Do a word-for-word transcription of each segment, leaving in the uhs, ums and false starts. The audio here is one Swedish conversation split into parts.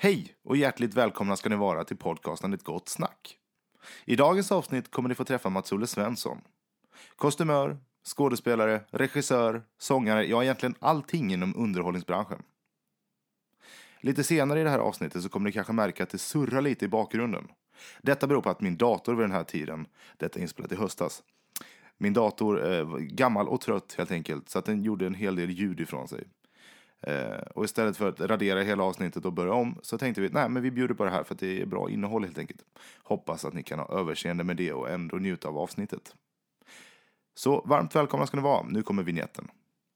Hej och hjärtligt välkomna ska ni vara till podcasten Ett gott snack. I dagens avsnitt kommer ni få träffa Mats-Olle Svensson. Kostymör, skådespelare, regissör, sångare, ja egentligen allting inom underhållningsbranschen. Lite senare i det här avsnittet så kommer ni kanske märka att det surrar lite i bakgrunden. Detta beror på att min dator vid den här tiden, detta är inspelat i höstas, min dator var eh, gammal och trött helt enkelt så att den gjorde en hel del ljud ifrån sig. Eh, och istället för att radera hela avsnittet och börja om så tänkte vi nej men vi bjuder på det här för att det är bra innehåll helt enkelt. Hoppas att ni kan ha överseende med det och ändå njuta av avsnittet. Så varmt välkomna ska ni vara, nu kommer vignetten.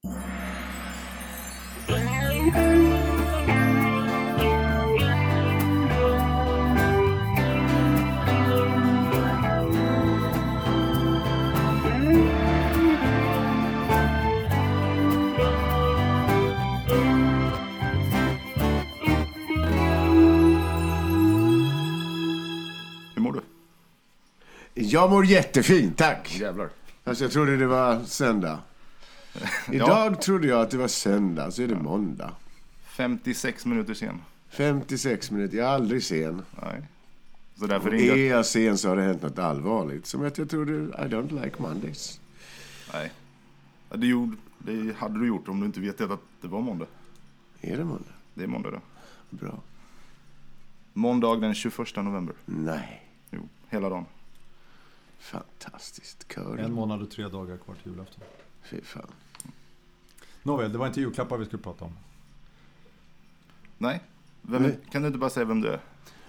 Jag mår jättefint, tack. Jävlar. Alltså jag trodde det var söndag. Idag ja. trodde jag att det var söndag, så är det ja. måndag. femtiosex minuter sen. femtiosex minuter, jag är aldrig sen. Nej. Så därför är jag... jag sen så har det hänt något allvarligt. Som att jag trodde, I don't like Mondays. Nej. Det, gjorde, det hade du gjort om du inte vet att det var måndag. Är det måndag? Det är måndag då. Bra. Måndag den tjugoförsta november. Nej. Jo, hela dagen. Fantastiskt. Kör. En månad och tre dagar kvar till julafton. Fy fan. Nåväl, det var inte julklappar vi skulle prata om. Nej. Vem, Nej. Kan du inte bara säga vem du är?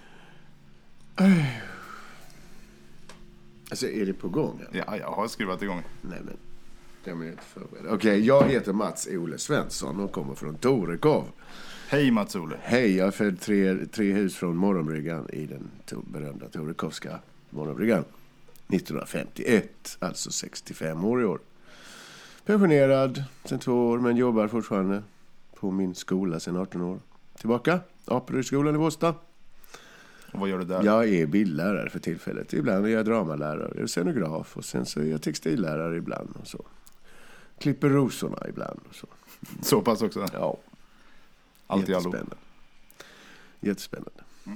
Alltså, är det på gång? Eller? Ja, jag har skruvat igång. Nej, men jag är inte förberedd. Okej, okay, jag heter Mats-Olle Svensson och kommer från Torekov. Hej Mats-Olle. Hej, jag är född tre, tre hus från Morgonbryggan i den to- berömda Torekovska Morgonbryggan. nittonhundrafemtioett, alltså sextiofem år i år. Pensionerad sedan två år, men jobbar fortfarande på min skola sedan arton år. Tillbaka, Aperydsskolan i Båstad. Och vad gör du där? Jag är bildlärare för tillfället. Ibland är jag dramalärare, jag är scenograf och sen så är jag textillärare ibland och så. Klipper rosorna ibland och så. Så pass också? Ja. Allt i allo. Jättespännande. Jättespännande. Mm.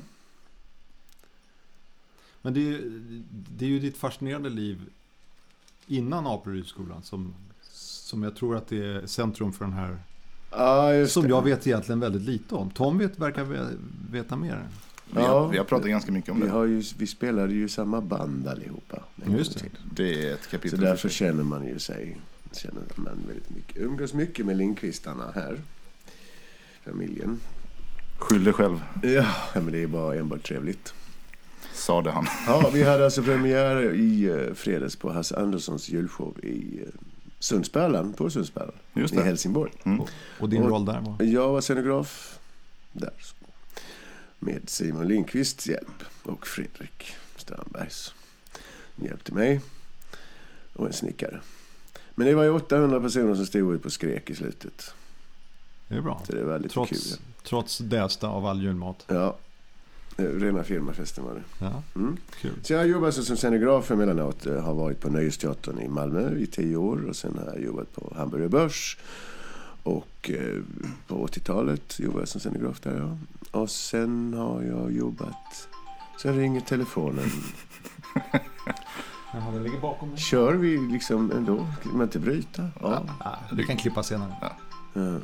Men det är, ju, det är ju ditt fascinerande liv innan Aperydsskolan som, som jag tror att det är centrum för den här ah, just som det. jag vet egentligen väldigt lite om. Tom vet, verkar veta mer. Vi har, ja, vi har pratat ganska mycket om vi det. Har ju, vi spelade ju samma band allihopa. Just det. Det är ett kapitel. Så därför känner man ju sig känner man väldigt mycket. Umgås mycket med Lindqvistarna här. Familjen. Skyll dig själv. Ja, men det är bara enbart trevligt. Sade han. Ja, vi hade alltså premiär i uh, fredags på Hasse Anderssons julshow i uh, Sundsbergen, på Sundsbergen, i Helsingborg. Mm. Och, och din och, roll där var? Jag var scenograf där. Med Simon Lindqvists hjälp och Fredrik Strandbergs hjälpte mig och en snickare. Men det var ju åttahundra personer som stod ut på skrek i slutet. Det är bra. Så det var lite trots, kul. Trots dästa av all julmat. Ja, rena firmafesten var det. Ja, mm. Kul. Så jag jobbar som scenograf emellanåt. Jag har varit på Nöjesteatern i Malmö i tio år. Och sen har jag jobbat på Hamburger Börs. Och eh, på åttiotalet jobbade jag som scenograf där. Ja. Och sen har jag jobbat... Sen ringer telefonen. Jaha, den ligger bakom mig. Kör vi liksom ändå? Kan man inte bryta? Ja. Ja, du kan klippa senare. Ja. Ja.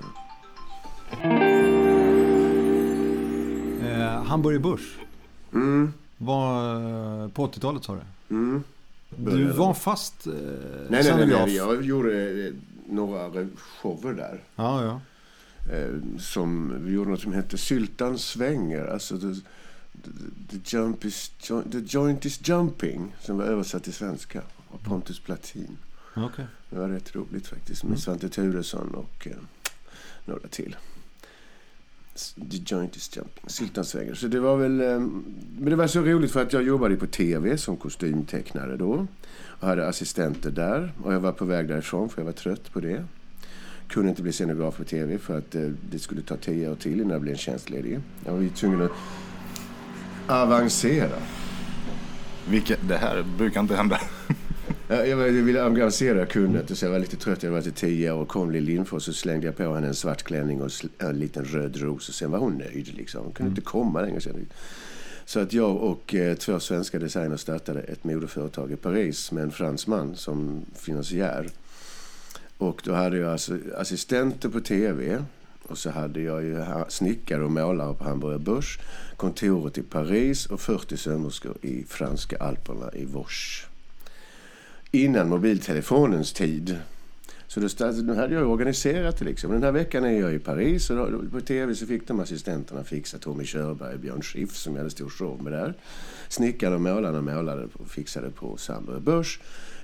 Eh, Hamburger Börs. Mm. Var på åttiotalet sa du? Mm. Du var fast eh, nej, nej, nej, nej, jag gjorde eh, några shower där. Ja, ja. Eh, som vi gjorde något som hette Syltan svänger. Alltså the, the, the, jump is, the joint is jumping. Som var översatt till svenska av Pontus Platin. Okay. Det var rätt roligt faktiskt. Med mm. Svante Turesson och eh, några till. The joint is jumping. Syltan svänger. Så det var väl... Eh, men det var så roligt för att jag jobbade på tv som kostymtecknare då. Och hade assistenter där. Och jag var på väg därifrån för jag var trött på det. Kunde inte bli scenograf på tv för att eh, det skulle ta tio år till innan jag blev en tjänstledig. Jag var ju tvungen att avancera. Vilket, det här brukar inte hända. Ja, jag ville engagera kunden, så jag var lite trött. Jag var till tio år och kom Lill Lindfors, så slängde jag på henne en svart klänning och en liten röd ros, och sen var hon nöjd liksom. Hon kunde mm. inte komma längre sedan. Så att jag och eh, två svenska designers startade ett modeföretag i Paris med en fransman som finansiär. Och då hade jag alltså assistenter på tv, och så hade jag ju snickare och målare på Hamburger Börs, kontoret i Paris och fyrtio sömmerskor i franska Alperna i Vosges. Innan mobiltelefonens tid. Så då, startade, då hade jag organiserat det liksom. Den här veckan är jag i Paris, och då, på tv så fick de assistenterna fixa Tommy Körberg och Björn Schiff som jag hade stor show med där. Snickade och målade och målade och fixade på Hamburger Börs.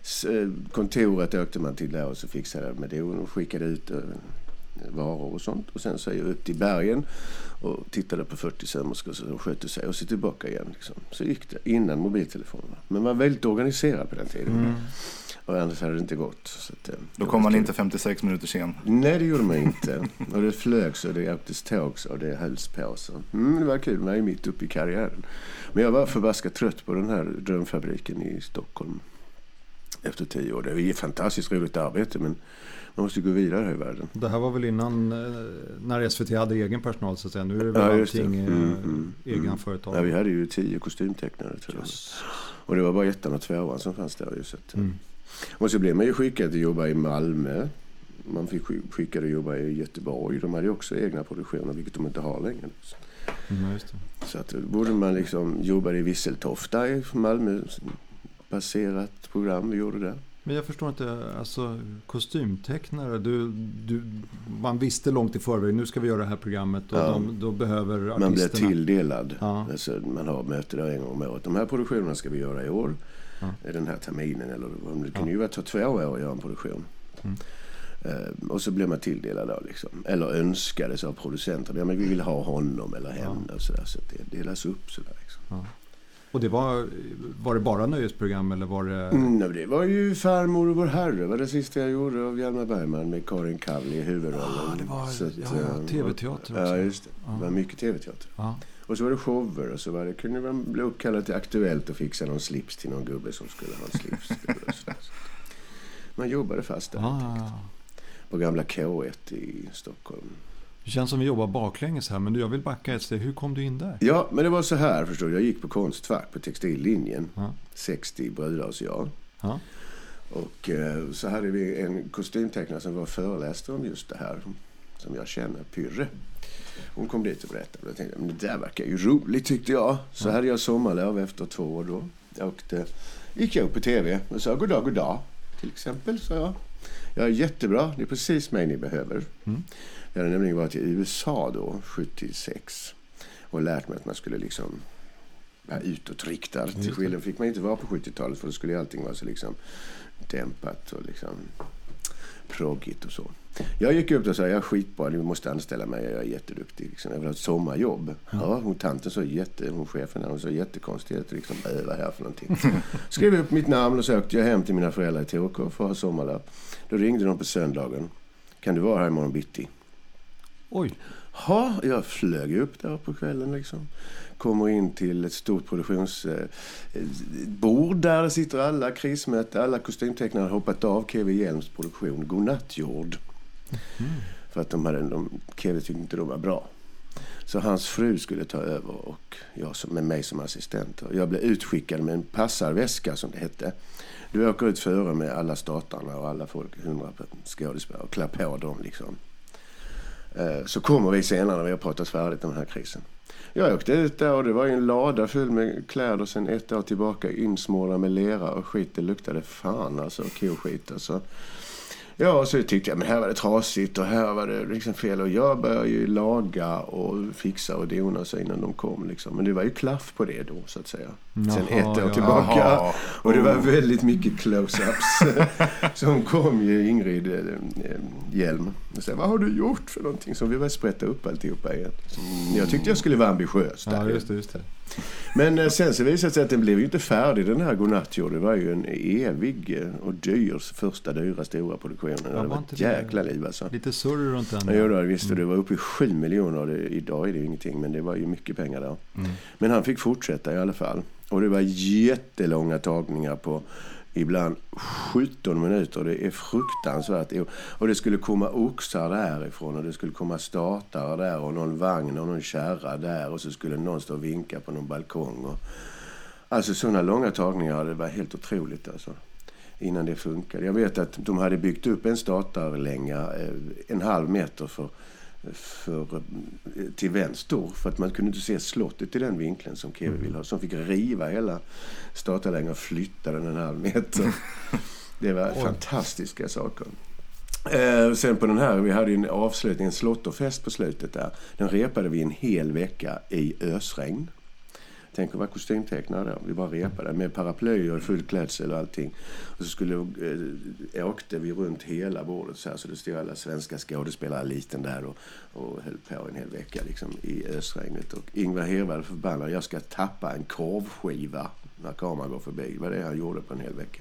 Kontoret åkte man till där och så fixade med det och skickade ut varor och sånt. Och sen så är jag upp till bergen och tittade på fyrtio sömmerskor som skötte sig och så tillbaka igen. Liksom. Så gick det innan mobiltelefonerna. Men man var väldigt organiserad på den tiden. Mm. Och annars hade det inte gått. Så att, då kom man inte femtiosex minuter sen. Nej, det gjorde man inte. Och det flögs och det åktes tågs och det hölls på. Så. Mm, det var kul, man är mitt uppe i karriären. Men jag var förbaskat trött på den här drömfabriken i Stockholm. Efter tio år. Det var ett fantastiskt roligt arbete, men man måste gå vidare här i världen. Det här var väl innan när S V T hade egen personal, så att säga. Nu är det väl ja, allting det. Mm, mm, egna mm. företag. Ja, vi hade ju tio kostymtecknare, tror jag. Yes. Och det var bara ettan och tvåan som fanns där. Så att, mm. Och så blev man ju skickad att jobba i Malmö. Man fick skickad att jobba i Göteborg. De hade ju också egna produktioner, vilket de inte har längre. Mm, just det. Så att då borde man liksom jobba i Visseltofta i Malmö. Baserat program vi gjorde där. Men jag förstår inte, alltså kostymtecknare, du, du, man visste långt i förväg, nu ska vi göra det här programmet och ja. de, då behöver artisterna... Man blir tilldelad, ja. Alltså, man har möte där en gång om året. De här produktionerna ska vi göra i år, ja. Den här terminen, eller det kan ja. ju vara ta två år att göra en produktion. Mm. Uh, och så blir man tilldelad då, liksom. Eller önskades av producenter, ja, men vi vill ha honom eller henne, ja. Och sådär, så det delas upp sådär liksom. Ja. Och det var, var det bara nöjesprogram eller var det... Mm, det var ju Farmor och vår herre. Det var det sista jag gjorde av Hjalmar Bergman med Karin Kall i huvudrollen. Ja, det var så att, ja, ja, tv-teater också. Ja, just det. Ja. Det var mycket tv-teater. Ja. Och så var det shower och så var det, kunde man bli uppkallad till Aktuellt och fixa någon slips till någon gubbe som skulle ha en slips. Man jobbade fast där. Ja. På gamla K ett i Stockholm. Det känns som vi jobbar baklänges här, men jag vill backa ett steg. Hur kom du in där? Ja, men det var så här, förstår du. Jag gick på Konstfack på textillinjen. Ja. sextio brudar hos jag. Ja. Och eh, så hade vi en kostymtecknare som var föreläsare om just det här. Som jag känner, Pyrre. Hon kom dit och berättade. Och jag tänkte, men det där verkar ju roligt, tyckte jag. Så ja. hade jag sommarlov efter två år då. Jag åkte, gick jag upp på tv och sa god dag, god dag. Till exempel, sa jag. Jag är jättebra, det är precis mig ni behöver. Mm. Jag hade nämligen varit i U S A då, sjuttiosex. Och lärt mig att man skulle liksom vara utåtriktad. Till skillnad fick man inte vara på sjuttiotalet, för då skulle allting vara så liksom dämpat och liksom proggigt och så. Jag gick upp och sa, jag är skitbra, ni måste anställa mig, jag är jätteduktig. Liksom. Jag vill ha ett sommarjobb. Ja, ja hon tanten så jätte, hon chefen där, hon så jättekonstigt liksom, öva här för någonting. Skrev upp mitt namn och så åkte jag hem till mina föräldrar i Tåkå för att ha sommarlov. Då ringde de på söndagen. Kan du vara här imorgon bitti? Oj. Ja, jag flög upp där på kvällen liksom. Kommer in till ett stort produktionsbord eh, där det sitter alla krismöte, alla kostymtecknare har hoppat av K V Hjelms produktion Godnattjord. Mm. För att de hade, de, K V tyckte inte de var bra. Så hans fru skulle ta över och jag som, med mig som assistent. Jag blev utskickad med en passarväska som det hette. Du åker ut före med alla statarna och alla folk, hundra skådespelare och klär på dem liksom. Så kommer vi senare när vi har pratat färdigt om den här krisen. Jag åkte ut där och det var en lada full med kläder sen ett år tillbaka insmorda med lera och skit. Det luktade fan alltså, koskit alltså. Ja, och så tyckte jag, men här var det trasigt och här var det liksom fel. Och jag började ju laga och fixa och dona sig innan de kom liksom. Men det var ju klaff på det då, så att säga. Jaha, sen ett år ja. tillbaka. Jaha. Och det var väldigt mycket close-ups. Så kom ju Ingrid äh, Hjelm och sa, vad har du gjort för någonting? Så vi var sprätta upp alltihopa igen. Så jag tyckte jag skulle vara ambitiös där. Ja, just det, just det. Men eh, sen så visade det sig att den blev ju inte färdig, den här Godnattjord. Det var ju en evig och dyr, första dyra stora produktionen. Ja, det var ett jäkla det, liv alltså. Lite surr runt den. Ja, då, visst, mm. det var uppe i sju miljoner och det, idag är det ju ingenting, men det var ju mycket pengar där. Mm. Men han fick fortsätta i alla fall. Och det var jättelånga tagningar på ibland sjutton minuter. Det är fruktansvärt. Och det skulle komma oxar därifrån och det skulle komma startare där och någon vagn och någon kärra där och så skulle någon stå och vinka på någon balkong. Och, alltså sådana långa tagningar, det var helt otroligt alltså. Innan det funkade. Jag vet att de hade byggt upp en startarlänga en halv meter för, för, till vänster för att man kunde inte se slottet i den vinkeln som Kevin ville ha. Som fick riva hela startarlängan och flytta den en halv meter. Det var Oj. fantastiska saker. Eh, sen på den här, vi hade en avslutning, en slotterfest på slutet där. Den repade vi en hel vecka i ösregn. Tänk att vara kostymtecknare där. Vi bara repade med paraplyer och full klädsel och allting. Och så skulle, eh, åkte vi runt hela bordet så här. Så det stod alla svenska skådespelare liten där och, och höll på en hel vecka liksom, i ösregnet. Och Ingvar Hervall förbannade, jag ska tappa en korvskiva när kameran går förbi. Det var det han gjorde på en hel vecka.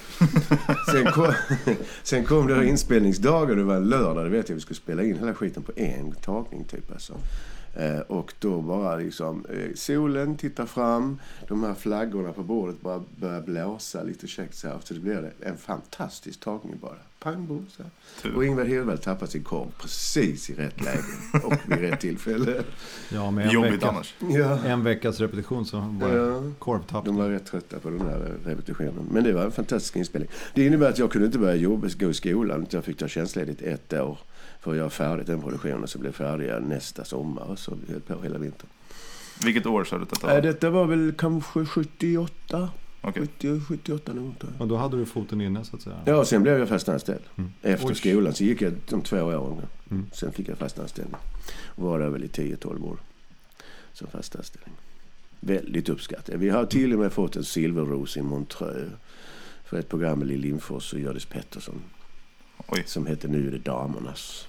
sen, kom, sen kom det inspelningsdagar, det var en lördag, det vet jag, vi skulle spela in hela skiten på en tagning typ alltså. Eh, och då bara liksom eh, solen tittar fram, de här flaggorna på bordet bara börjar blåsa lite käckt så här, så det blev det en fantastisk tagning bara. Pang, bom, så här. Och Ingvar Hirvald tappade sin korv precis i rätt läge och vid rätt tillfälle. Ja, med en, Jobbigt vecka, annars. Ja. en veckas repetition så var ja. korvtapp. De var rätt trötta på den här repetitionen. Men det var en fantastisk inspelning. Det innebär att jag kunde inte börja jobba, gå i skolan. Jag fick ta tjänstledigt ett år för att göra färdigt den produktionen som blev färdig nästa sommar. Så vi höll på hela vintern. Vilket år sa du detta? Äh, detta var väl kanske sjuttioåtta. Okay. sjuttio, sjuttioåtta nog. Och då hade du foten inne så att säga. Ja, och sen blev jag fast anställd. Mm. Efter Oj. skolan så gick jag de två åren. Mm. Sen fick jag fast anställning. Var där väl i tio tolv år som fast anställning. Väldigt uppskattat. Vi har till och med fått en silverros i Montreux för ett program med Lill Lindfors och Hjördis Pettersson. Oj. Som heter Nu är det damernas.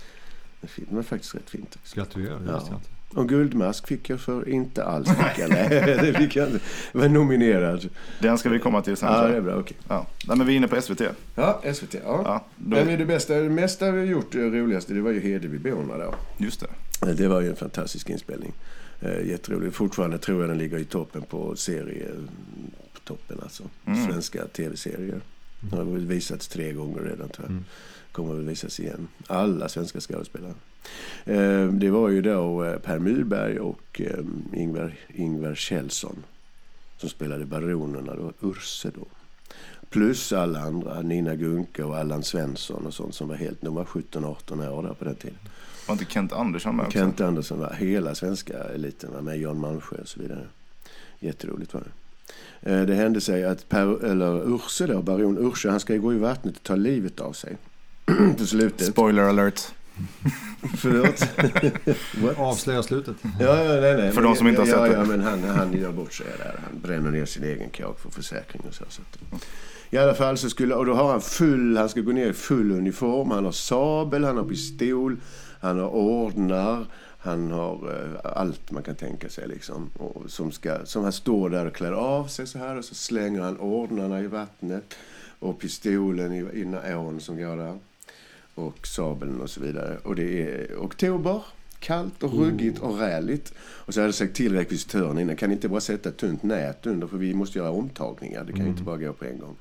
Det var faktiskt rätt fint. Gratulerar, det visste jag inte. Och guldmask fick jag för inte alls. Fick Nej, det fick jag inte. Jag var nominerad. Den ska vi komma till sen. Ja, det är bra, okej. Ja. Nej, men vi är inne på S V T. Ja, S V T, ja. Ja, då... Men det bästa, det mesta vi har gjort, det roligaste, det var ju Hedebyborna då. Just det. Det var ju en fantastisk inspelning. Jätteroligt. Fortfarande tror jag den ligger i toppen på serie, på toppen alltså. Mm. Svenska tv-serier. Den har visats tre gånger redan tror jag. Mm. Kommer att visas igen. Alla svenska skådespelare. Eh, det var ju då eh, Per Myrberg och eh, Ingvar, Ingvar Kjellson som spelade baronerna då, Urse då. Plus alla andra, Nina Gunke och Allan Svensson och sånt som var helt, de var sjutton arton år där på den tiden. Var inte Kent Andersson med också? Kent Andersson var hela svenska eliten var med, Jan Malmsjö och så vidare. Jätteroligt var det. Det hände sig att per, eller Urse då, baron Urse, han ska gå i vattnet och ta livet av sig på slutet. Spoiler alert. Förlåt. Avslöja slutet. Ja, ja, nej, nej. För de som inte har ja, sett ja, det. men han, han gör bort sig där. Han bränner ner sin egen kåk för försäkring och så. så att, i alla fall så skulle, och då har han full, han ska gå ner i full uniform. Han har sabel, han har pistol, han har ordnar. Han har uh, allt man kan tänka sig liksom. Och som, ska, som han står där och klär av sig så här. Och så slänger han ordnarna i vattnet. Och pistolen i, i ån som går där. Och sabeln och så vidare. Och det är oktober. Kallt och ruggigt och räligt. Och så hade jag sagt till rekvisitören innan. Kan inte bara sätta ett tunt nät under. För vi måste göra omtagningar. Det kan mm. inte bara gå på en gång.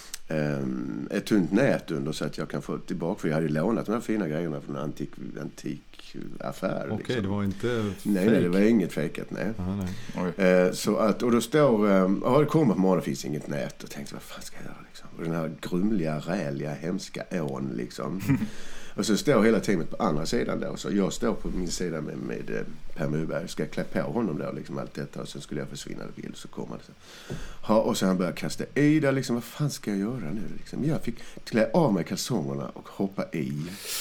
Um, ett tunt nät under så att jag kan få tillbaka. För jag hade ju lånat de här fina grejerna från en antik, antik affär. Okej, liksom. det var inte nej, nej, det var inget fejkat, nej. Aha, nej. Uh, så att, och då står, um, ja det kommer på morgonen, det finns inget nät. Och tänkte, vad fan ska jag göra liksom? Och den här grumliga, räliga, hemska ån liksom. Och så står hela teamet på andra sidan där. Och så jag står på min sida med, med eh, Per Myrberg. Ska jag klä på honom där liksom allt detta. Och sen skulle jag försvinna det bild så kommer det så. Ha, och så han börjar kasta i där liksom. Vad fan ska jag göra nu liksom? Jag fick klä av mig kalsongerna och hoppa i.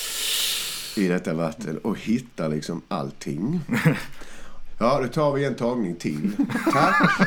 I detta vatten. Och hitta liksom allting. Ja, då tar vi en tagning till. Tack.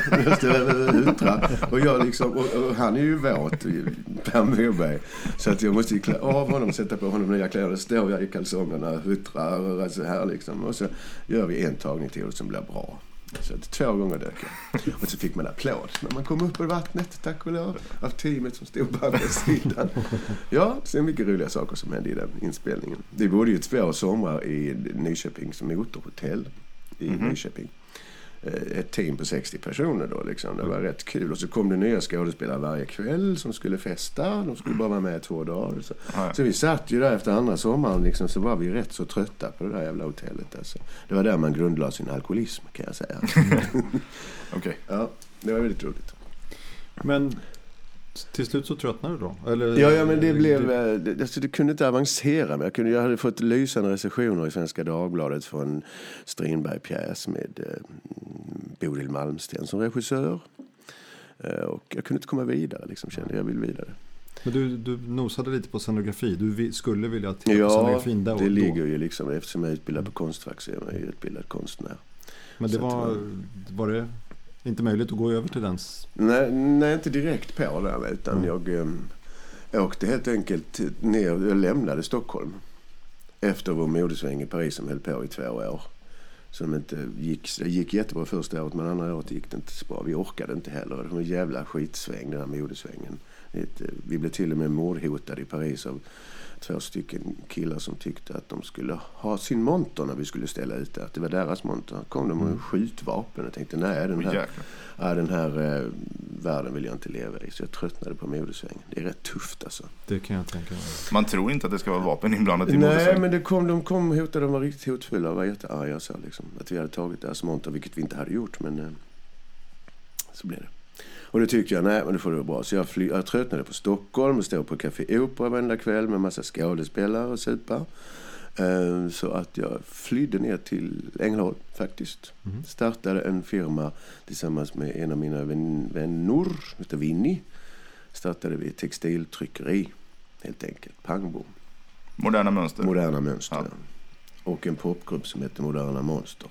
och jag liksom, och, och han är ju våt, Per Myrberg. Så att jag måste klä av honom och sätta på honom nya kläder. Står jag i kalsongerna, huttrar och så här liksom. Och så gör vi en tagning till som blir bra. Så att två gånger dök jag. Och så fick man applåd när man kom upp ur vattnet, tack och lov, av teamet som stod på andra sidan. Ja, så är mycket roliga saker som hände i den inspelningen. Vi bodde ju två somrar i Nyköping som motorhotell i mm-hmm. Nyköping. ett team på sextio personer då liksom. Det var rätt kul. Och så kom det nya skådespelare varje kväll som skulle festa. De skulle bara vara med två dagar. Så, ja. så vi satt ju där efter andra sommaren liksom, så var vi rätt så trötta på det där jävla hotellet. Alltså. Det var där man grundlade sin alkoholism, kan jag säga. Okej. Okay. Ja, det var väldigt roligt. Men till slut så tröttnade du då? Eller, ja, ja, men det blev... Det, alltså, det kunde inte avancera. Men jag, kunde, jag hade fått lysande recensioner i Svenska Dagbladet från Strindberg-pjäs med eh, Bodil Malmsten som regissör. Eh, och jag kunde inte komma vidare, liksom, kände jag vill vidare. Men du, du nosade lite på scenografi. Du skulle vilja till ja, scenografin där och det då. ligger ju liksom, eftersom jag är utbildad på Konstfack så är jag ju utbildad konstnär. Men det var, var... var det inte möjligt att gå över till den? Nej, nej inte direkt på där, utan mm. jag äh, åkte helt enkelt ner, jag lämnade Stockholm efter vår modesväng i Paris som höll på i två år. Så de inte gick, det gick jättebra första året, men andra året gick det inte så bra. Vi orkade inte heller. Det var en jävla skitsväng, den här modesvängen. Vi blev till och med mordhotade i Paris av två stycken killar som tyckte att de skulle ha sin monter när vi skulle ställa ut det. Att det var deras monter. Kom de med mm. skjutvapen och tänkte, nej, den här, ja, den här eh, världen vill jag inte leva i. Så jag tröttnade på modesvängen. Det är rätt tufft alltså. Det kan jag tänka mig. Man tror inte att det ska vara vapen inblandat i nej, modesvängen. Nej, men det kom, de kom och hotade, de var riktigt hotfulla och var jättearga så liksom. Att vi hade tagit deras monter, vilket vi inte hade gjort, men eh, så blev det. Och då tyckte jag, nej men det får det vara bra. Så jag, fly- jag tröttnade på Stockholm och stod på Café Opera varenda kväll med massa skådespelare och supa. Uh, så att jag flydde ner till Ängelholm faktiskt. Mm. Startade en firma tillsammans med en av mina vän- vänner, heter Vinny. Startade vi ett textiltryckeri, helt enkelt. Pangbom. Moderna mönster. Moderna mönster. Ja. Och en popgrupp som heter Moderna Monster.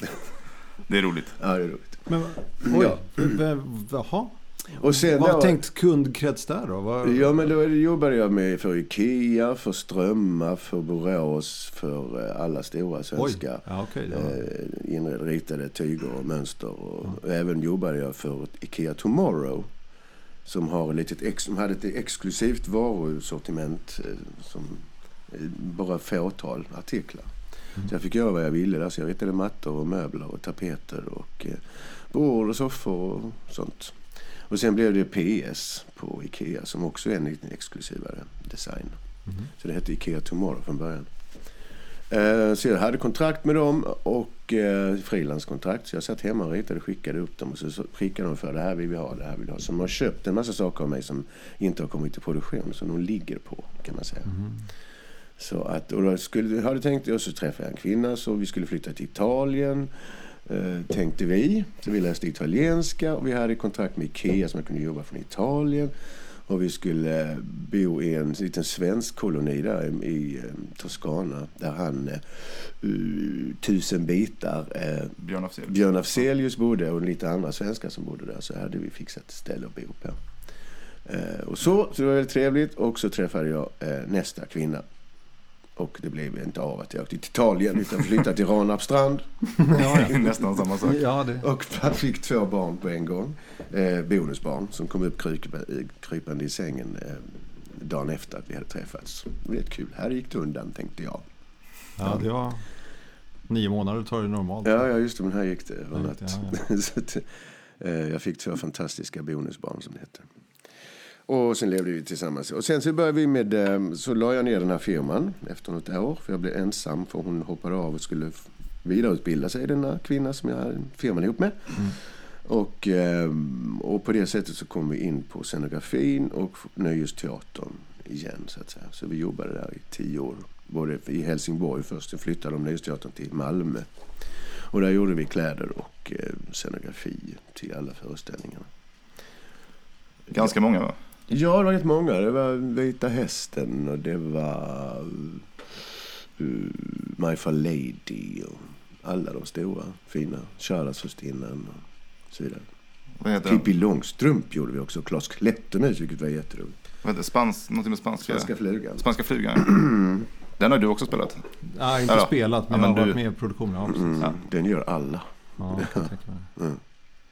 Det är roligt. Ja, det är roligt. Men, oj, ja. Jaha. Och sen vad då, tänkt kundkrets där då? Vad... Ja, men då jobbade jag med för Ikea, för Strömma, för Borås, för alla stora svenska ja, okay, eh, inred, ritade tyger och mönster. Och mm. även jobbade jag för Ikea Tomorrow som, har litet ex, som hade ett exklusivt varusortiment eh, som eh, bara fåtal artiklar. Mm. Så jag fick göra vad jag ville där. Så jag ritade mattor och möbler och tapeter och eh, bord och soffor och sånt. Och sen blev det P S på Ikea som också är en liten exklusivare design. Mm. Så det hette Ikea Tomorrow från början. Eh, så jag hade kontrakt med dem och eh, frilanskontrakt. Så jag satt hemma och ritade och skickade upp dem. Och så, så skickade de för det här vill vi ha, det här vill vi ha. Så de har köpt en massa saker av mig som inte har kommit till produktion. Som de ligger på, kan man säga. Mm. Så att, och då skulle, jag hade tänkt, och så träffade jag en kvinna så vi skulle flytta till Italien. Uh, tänkte vi. Så vi läste italienska och vi hade kontrakt med Ikea som jag kunde jobba från Italien. Och vi skulle bo i en liten svensk koloni där i uh, Toscana där han uh, tusen bitar uh, Björn Afzelius. Björn Afzelius bodde och lite andra svenskar som bodde där, så hade vi fixat ett ställe att bo på. Uh, och så, så det var väldigt trevligt och så träffade jag uh, nästa kvinna. Och det blev inte av att jag åkte till Italien utan flyttade till Ranarpstrand. Ja, ja. Nästan samma sak. Ja, det. Och jag fick två barn på en gång. Eh, bonusbarn som kom upp krypande i sängen eh, dagen efter att vi hade träffats. Det var rätt kul. Här gick det undan, tänkte jag. Ja, det var nio månader tar det normalt. Ja, ja just det. Men här gick det. Ja, ja. Så att, eh, jag fick två fantastiska bonusbarn som det heter. Och sen levde vi tillsammans. Och sen så började vi med, så la jag ner den här firman efter något år. För jag blev ensam för hon hoppade av och skulle vidareutbilda sig, denna kvinna som jag hade firman ihop med. Mm. Och, och på det sättet så kom vi in på scenografin och nöjesteatern igen så att säga. Så vi jobbade där i tio år. Både i Helsingborg först, sen flyttade de nöjesteatern till Malmö. Och där gjorde vi kläder och scenografi till alla föreställningarna. Ganska många va? Ja, det var rätt många. Det var Vita hästen och det var uh, My Fair Lady och alla de stora, fina. Charlottesförstinnan och så vidare. Vad heter Pippi Långstrump gjorde vi också. Klas Klättermus, vilket var jätteroligt. Vad heter Spans, något med spanska? Spanska flugan. Spanska flugan. Den har du också spelat? Nej, inte ja, spelat, men ja, jag men har du... varit med i produktionen. Ja, mm, ja. Den gör alla. Ja, jag kan tänka mig. Mm.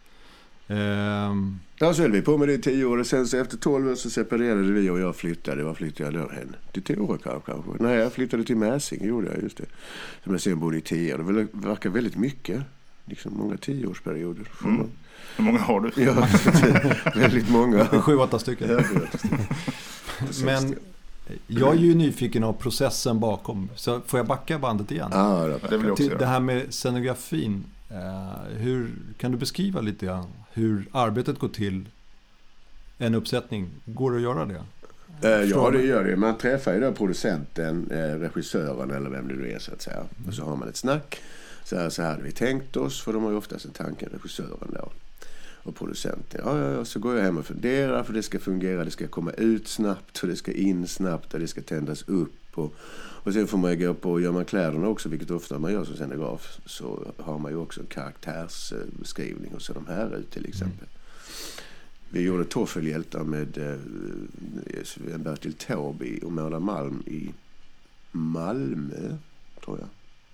Um... Ja, så höll vi på med det i tio år och sen så efter tolv år så separerade vi och jag flyttade. Vad flyttade jag då hen? Till Torekau kanske? Nej, jag flyttade till Mäsing, gjorde jag just det. Som jag sen bodde i tio år. Det verkar väldigt mycket. liksom många tioårsperioder. Mm. Hur många har du? Ja, väldigt många. Sju, åtta stycken. Ja, sju, åtta stycken. Men jag är ju nyfiken av processen bakom. Så får jag backa bandet igen? Ah, det, det vill jag också Till göra. det här med scenografin. Eh, hur, kan du beskriva lite grann hur arbetet går till? En uppsättning. Går det att göra det? Eh, ja, det gör det. Man träffar ju då producenten, eh, regissören eller vem det nu är så att säga. Och så har man ett snack. Så här, så här hade vi tänkt oss, för de har ju oftast en tanke, regissören då. Och producenten. Ja, ja, ja, så går jag hem och funderar för det ska fungera, det ska komma ut snabbt och det ska in snabbt och det ska tändas upp. Och, och sen får man ju gå på, och gör man kläderna också, vilket ofta man gör som scenograf, så har man ju också en karaktärsbeskrivning och så de här ut till exempel. Mm. Vi gjorde Toffelhjältar med eh, Bertil Taube och Mörda Malm i Malmö, tror jag.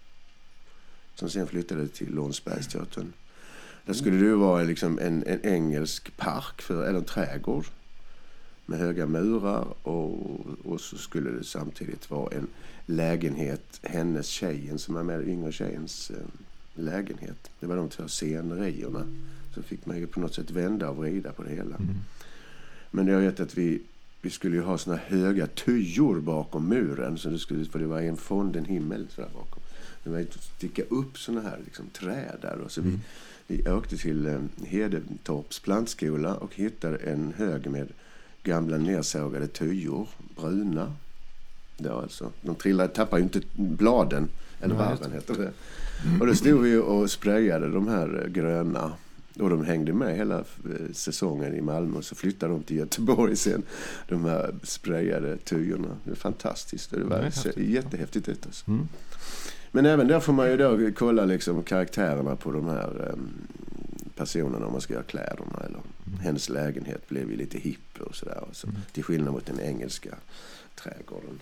Som sen flyttade till Lånsbergsteatern. Där skulle det ju vara liksom en, en engelsk park, för, eller en trädgård med höga murar, och, och så skulle det samtidigt vara en lägenhet, hennes tjejen som är med, yngre tjejens eh, lägenhet. Det var de två scenerierna. Så fick man ju på något sätt vända och vrida på det hela. Mm. Men det har gett att vi, vi skulle ju ha såna höga tyjor bakom muren, så det skulle, för det var en fond, en himmel så där bakom. Det var att sticka upp såna här liksom, träd där. Och så mm. vi, vi åkte till eh, Hedetorps plantskola och hittade en hög med gamla nersågade tyjor, bruna. Då alltså. De trillade, tappade ju inte bladen, eller varven heter det. Mm. Och då stod vi och sprayade de här gröna. Och de hängde med hela säsongen i Malmö, och så flyttade de till Göteborg sen. De här sprayade tygerna. Det är fantastiskt. Det var det jättehäftigt ut alltså. Mm. Men även där får man ju då kolla liksom karaktärerna på de här um, personerna om man ska göra kläderna. Eller mm. hennes lägenhet blev ju lite hipp och sådär. Så, mm. till skillnad mot den engelska trädgården.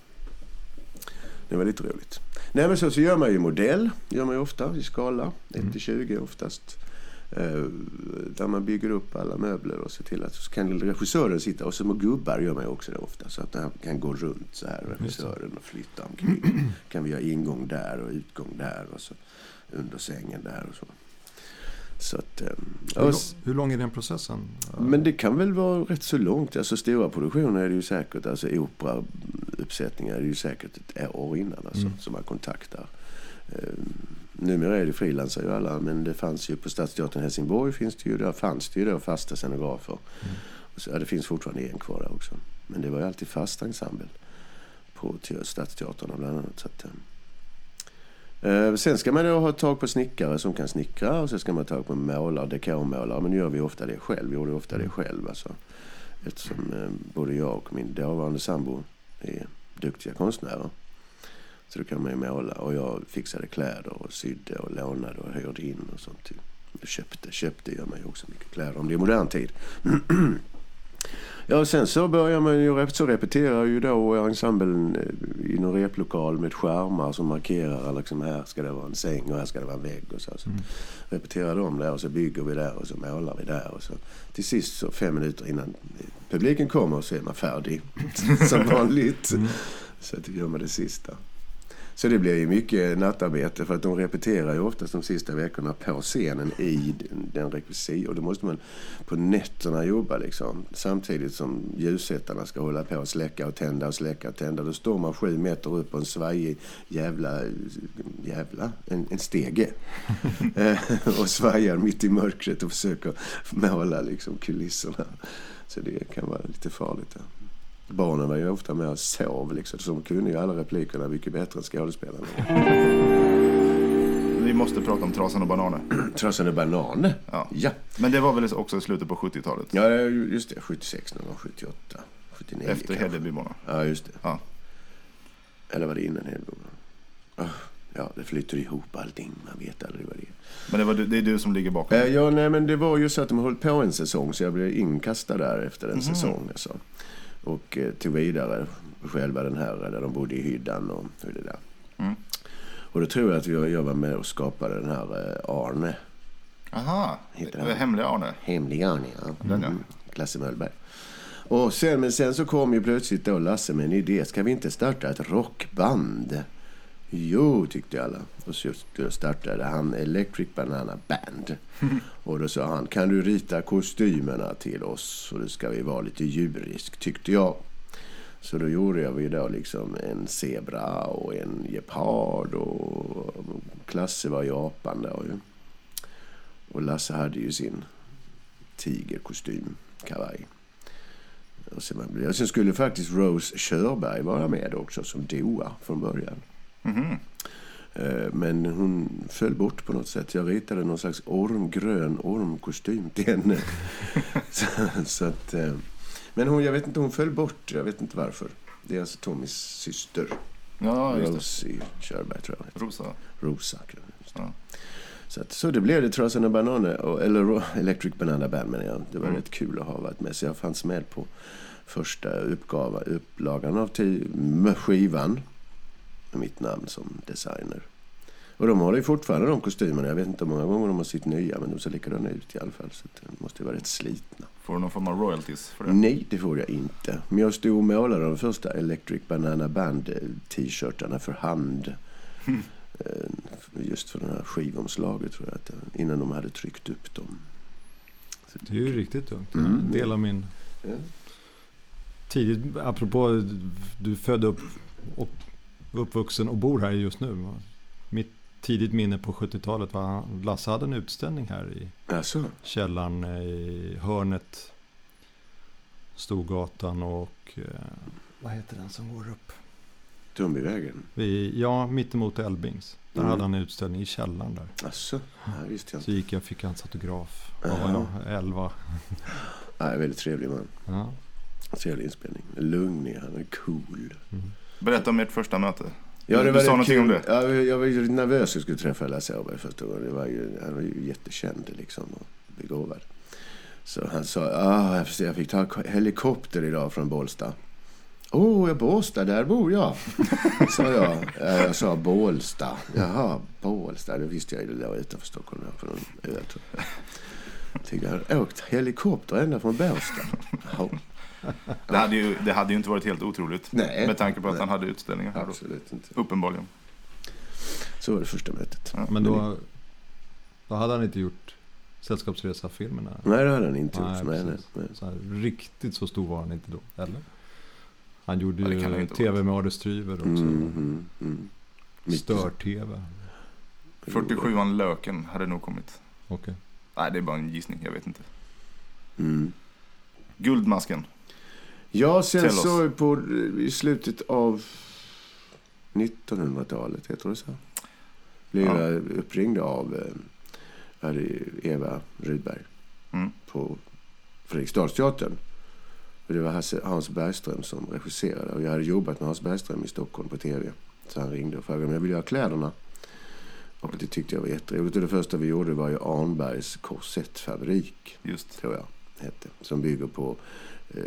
Det var lite roligt. Nej, men så, så gör man ju modell. Gör man ju ofta i skala. Mm. ett till tjugo oftast. Uh, där man bygger upp alla möbler och ser till att så kan regissören sitta, och så med gubbar gör man ju också det ofta, så att han kan gå runt så här, regissören, och flytta omkring. Kan vi ha ingång där och utgång där och så under sängen där och så. Så att, um, hur, och, hur lång är den processen? Men det kan väl vara rätt så långt. Alltså stora produktioner är det ju säkert, alltså operauppsättningar är det ju säkert ett år innan alltså, mm. som man kontaktar. Um, Numera är det frilansar ju alla, men det fanns ju på Stadsteatern i Helsingborg finns det ju, där fanns det ju då fasta scenografer. Mm. Och så, ja, det finns fortfarande en kvar där också. Men det var ju alltid fast ensemble på Stadsteatern bland annat. Så att, eh. Sen ska man då ha tag på snickare som kan snickra, och så ska man ta tag på målare, dekormålare, men nu gör vi ofta det själv. Vi gjorde ofta det själv alltså. Eftersom eh, både jag och min dåvarande sambo är duktiga konstnärer. Så då kan man ju måla, och jag fixade kläder och sydde och lånade och hörde in och sånt. Jag köpte, köpte gör man ju också mycket kläder om det är modern tid. Ja, och sen så börjar man ju, så repeterar ju då ensemblen i någon replokal med skärmar som markerar liksom, här ska det vara en säng och här ska det vara en vägg och så. så mm. repeterar de där, och så bygger vi där och så målar vi där, och så till sist så fem minuter innan publiken kommer så är man färdig som vanligt. Mm. Så att gör man det sista. Så det blir ju mycket nattarbete, för att de repeterar ju oftast de sista veckorna på scenen i den rekvisit, och då måste man på nätterna jobba liksom, samtidigt som ljussättarna ska hålla på och släcka och tända och släcka och tända. Då står man sju meter upp på en svajig jävla, jävla, en, en stege och svajar mitt i mörkret och försöker måla liksom kulisserna. Så det kan vara lite farligt. Ja. Barnen var ju ofta med och sov liksom, så de kunde ju alla replikerna mycket bättre än skådespelarna. Vi måste prata om Trasan och bananer. Trasan och bananer? Ja. Ja. Men det var väl också i slutet på sjuttiotalet? Ja, just det. sjuttiosex, någon gång sjuttioåtta, sjuttionio. Efter Hedebyborna? Ja, just det. Ja. Eller var det innan Hedebyborna? Oh, ja, det flyter ihop allting. Man vet aldrig vad det är. Men det, var, det är du som ligger bakom? Eh, ja, nej, men det var ju så att de höll på en säsong, så jag blev inkastad där efter en mm. säsong. Alltså. Och eh, tog vidare själva den här där de bodde i hyddan och hur det där. Mm. Och då tror jag att vi, jag var med och skapade den här eh, Arne. Aha, det var hemlig Arne. Hemlig Arne, ja. Den, ja. Mm. Lasse Möllberg. Och sen, men sen så kom ju plötsligt då Lasse med en idé. Ska vi inte starta ett rockband? Jo, tyckte alla. Och så startade han Electric Banana Band. Och då sa han, kan du rita kostymerna till oss? Och då ska vi vara lite djurisk, tyckte jag. Så då gjorde jag ju då liksom en zebra och en gepard och Klasse var Japan då ju. Och Lasse hade ju sin tigerkostym, kavaj. Och sen, och sen skulle faktiskt Rose Körberg vara med också som Doa från början. Mm-hmm. Men hon föll bort på något sätt. Jag ritade någon slags ormgrön ormkostym till henne. så, så att, men hon, jag vet inte, hon föll bort. Jag vet inte varför. Det är alltså Tommys syster. Ja, just det. Rosie Körberg, tror jag. Rosa. Rosa. Ja. Så, att, så det blev det Trasan och Bananer, eller Electric Banana Band, men jag. Det var mm. rätt kul att ha varit med. Så jag fanns med på första uppgava, upplagan av t- skivan. Med mitt namn som designer. Och de har ju fortfarande de kostymerna. Jag vet inte hur många gånger de har sitt nya, men de ser likadana ut i alla fall. Så det måste ju vara rätt slitna. Får du någon form av royalties för det? Nej, det får jag inte. Men jag stod och målade de första Electric Banana Band t-shirtarna för hand. Mm. Just för den här skivomslaget, tror jag, att innan de hade tryckt upp dem. Så det är ju riktigt dumt. Mm. Del av min... Ja. Tidigt, apropå du födde upp och uppvuxen och bor här just nu. Mitt tidigt minne på sjuttiotalet var att Lasse hade en utställning här i alltså. källaren i hörnet Storgatan och eh, vad heter den som går upp? Tumbyvägen. Vi, ja, mittemot Elbings. Där mm. hade han en utställning i källaren där. Alltså, ja, visst jag. Så gick jag och fick hans autograf. Ja, elva. Ja, väldigt trevlig man. Ja. Trevlig inspelning. Lugn, han är cool. Mm. Berätta om ert första möte. Ja, det du var sa någonting kul. om det. Ja, jag var ju nervös att jag skulle träffa Lasse Åberg första gången. Det var ju, han var ju jättekänd liksom och begåvad. Så han sa, ah, jag fick ta helikopter idag från Bålsta. Åh, oh, jag Bålsta, där bor jag. sa jag. Jag sa Bålsta. Jaha, Bålsta. Det visste jag ju, det var utanför Stockholm. För någon ö, tror jag. Jag tyckte jag hade åkt helikopter ända från Bålsta. Ja. Det hade, ju, det hade ju inte varit helt otroligt. Nej, med tanke på att nej. han hade utställningar här. Absolut inte. Uppenbarligen. Så var det första mötet. Ja, men då, då hade han inte gjort Sällskapsresa-filmerna? Nej, det hade han inte nej, gjort. Nej, nej, nej. Så här, riktigt så stor var han inte då, eller? Han gjorde ja, ju tv med Ades Stryver också. Mm, mm, mm. Stör-tv. fyrtiosjuan Löken hade nog kommit. Okej. Okay. Nej, det är bara en gissning, jag vet inte. Mm. Guldmasken. Ja, sen så på, i slutet av nittonhundratalet, heter det så. Blev ja. jag uppringd av eh, Eva Rydberg mm. på Fredriksdalsteatern. Och det var Hasse, Hans Bergström som regisserade. Och jag hade jobbat med Hans Bergström i Stockholm på tv. Så han ringde och frågade om jag ville göra kläderna. Och det tyckte jag var jätteroligt. Och det första vi gjorde var ju Arnbergs korsettfabrik. Just. Tror jag hette. Som bygger på eh,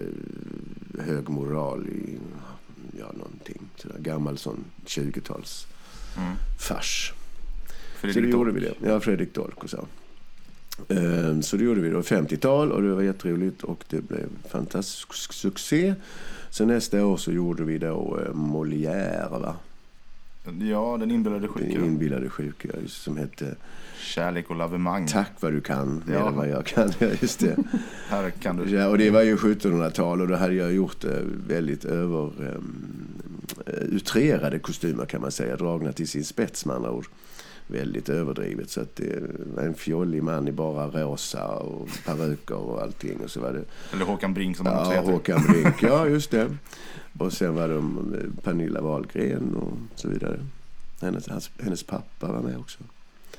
hög moral i ja, någonting. Sådär gammal sån tjugotals mm. fars. Fredrik så det Dolk. gjorde vi det. Ja, Fredrik Dolk och så. Um, så det gjorde vi då femtiotal och det var jätteroligt och det blev fantastisk succé. Så nästa år så gjorde vi då uh, Molière, va? Ja, den inbillade sjuka. Den inbillade sjuka, som hette Kärlek och lavemang. Tack vad du kan, mer ja. än vad jag kan. Ja, just det. Här kan du. Ja, och det var ju sjuttonhundratal och då hade jag gjort uh, väldigt över um, utrerade kostymer kan man säga, dragna till sin spets med andra ord. Väldigt överdrivet, så att det var en fjollig man i bara rosa och peruker och allting. Och så var det, eller Håkan Brink som ja, han heter. Håkan Brink, ja just det. Och sen var det Pernilla Wahlgren och så vidare. Hennes, hans, hennes pappa var med också.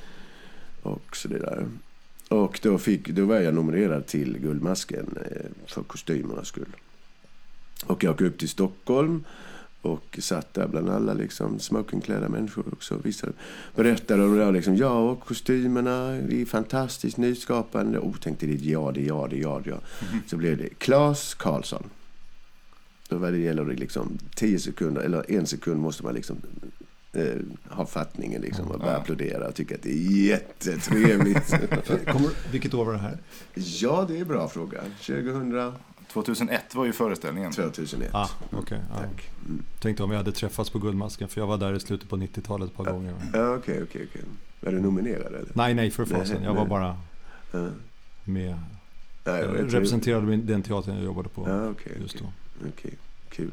Och så vidare. Och då, fick, då var jag nominerad till Guldmasken för kostymernas skull. Och jag åkte upp till Stockholm och satt där bland alla liksom smokingklädda människor också. Vissa berättade om det där liksom, ja, och kostymerna, det är fantastiskt nyskapande. Och tänkte det, ja, det, ja, det, ja, det, ja. Mm. Så blev det Claes Karlsson. Då var det gäller det liksom tio sekunder, eller en sekund måste man liksom eh, ha fattningen liksom och bara ja. applådera och tycka att det är jättetrevligt. Kommer, vilket år var det här? Ja, det är en bra fråga. tjugohundra tjugohundraett var ju föreställningen. tjugohundraett. Ah, okay, ja. Tack. Mm. Tänkte om vi hade träffats på Guldmasken, för jag var där i slutet på nittiotalet ett par ja. gånger. Ja, okej, okej, okej. Var du nominerad eller? Nej, nej, för fasen. Jag var bara ja. med. Ja, jag jag representerade den teatern jag jobbade på ja, okay, just okay. då. Okej, kul.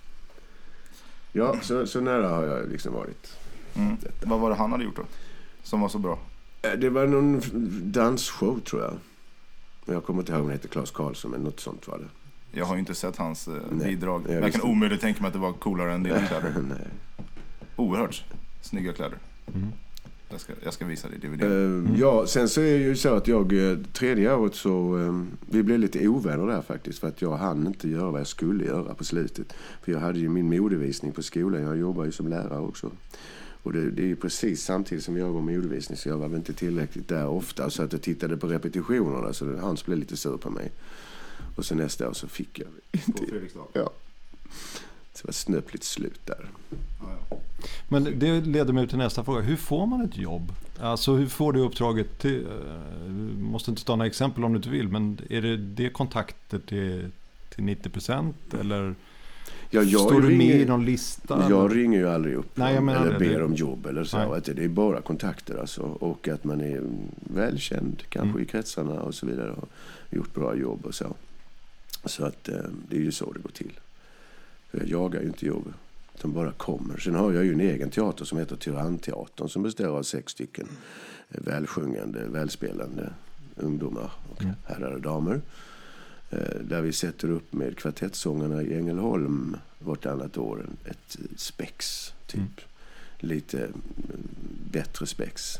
Ja, så, så nära har jag liksom varit. Mm. Vad var det han hade gjort då? Som var så bra? Det var någon dansshow tror jag. Jag kommer inte ihåg om det heter Claes Karlsson, men något sånt var det. Jag har ju inte sett hans eh, Nej, bidrag. jag Jag, visste. kan omöjligt tänka mig att det var coolare än dina kläder. Nej. Oerhört snygga kläder. Mm. Jag ska, jag ska visa dig D V D. Uh, Mm. Ja, sen så är det ju så att jag tredje året så um, vi blev lite ovänner där faktiskt, för att jag hann inte göra vad jag skulle göra på slutet. För jag hade ju min modevisning på skolan. Jag jobbar ju som lärare också. Och det, det är ju precis samtidigt som jag var modevisning, så jag var väl inte tillräckligt där ofta, så att jag tittade på repetitionerna, så Hans blev lite sur på mig. Och sen nästa år så fick jag inte. På Fredriksdal. Ja. Så det var snöpligt slut där. Ja, ja. Men det leder mig till nästa fråga. Hur får man ett jobb? Alltså hur får du uppdraget till, du måste inte ta några exempel om du inte vill, men är det, det kontakter till, till nittio procent eller Ja, jag står du ringer, med i någon lista? Jag eller? ringer ju aldrig upp. Nej, jag menar eller det, ber det. om jobb eller så. Att det är bara kontakter alltså. Och att man är välkänd kanske Mm. i kretsarna och så vidare. Och gjort bra jobb och så. Så att eh, det är ju så det går till. För jag jagar ju inte jobb. De bara kommer. Sen har jag ju en egen teater som heter Tyrannteatern, som består av sex stycken välsjungande, välspelande ungdomar och Mm. herrar och damer. Eh, där vi sätter upp med kvartettsångarna i Ängelholm vartannat år ett spex typ. Mm. Lite mm, bättre spex.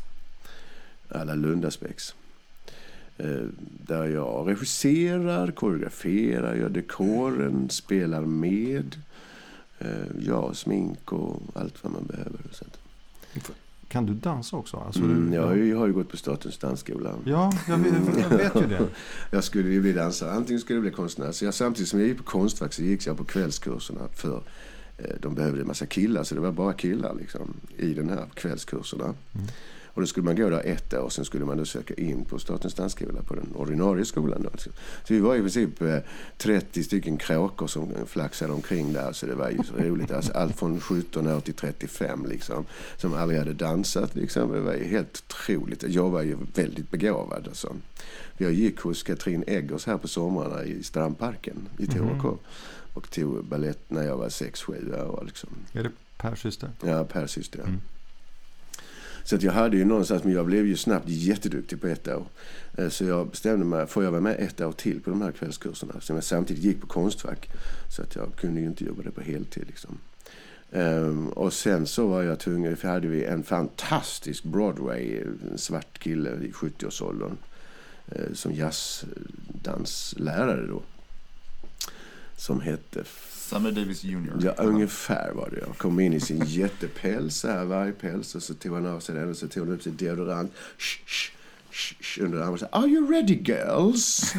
Alla Lundaspex. Eh, där jag regisserar, koreograferar, gör dekoren, spelar med. Eh, ja, smink och allt vad man behöver. Så att. Kan du dansa också? Alltså, Mm, du, jag, har ju, jag har ju gått på Statens dansskola. Ja, jag vet, jag vet ju det. Jag skulle ju bli dansare. Antingen skulle jag bli konstnär. Så jag, samtidigt som jag gick på Konstfack så gick jag på kvällskurserna för eh, de behövde en massa killar. Så det var bara killar liksom, i den här kvällskurserna. Mm. Och då skulle man gå där ett år och sen skulle man då söka in på Statens dansskola på den ordinarie skolan då. Så vi var i princip eh, trettio stycken kråkor som flaxade omkring där, så det var ju så roligt. Alltså, allt från sjutton år till trettiofem liksom, som aldrig hade dansat liksom. Det var ju helt otroligt. Jag var ju väldigt begåvad alltså. Jag gick hos Katrin Eggers här på somrarna i Strandparken i Torekov mm. och tog ballett när jag var sex sju år liksom. Är det Per syster? Ja, Per syster. Mm. Så att jag hade ju någonstans, men jag blev ju snabbt jätteduktig på ett år. Så jag bestämde mig, får jag vara med ett år till på de här kvällskurserna? Så jag samtidigt gick på Konstfack. Så att jag kunde ju inte jobba det på heltid liksom. Um, och sen så var jag tvungen, för hade vi en fantastisk Broadway, en svart kille i sjuttio-årsåldern. Uh, som jazzdanslärare då. Som hette... Sammy Davis junior Ja, ungefär var det. Jag kom in i sin jättepäls, så här, vargpäls, och så tog han av sig den och så tog han upp sin deodorant. Shh, shh, shh, shh, under armen och sa, are you ready girls?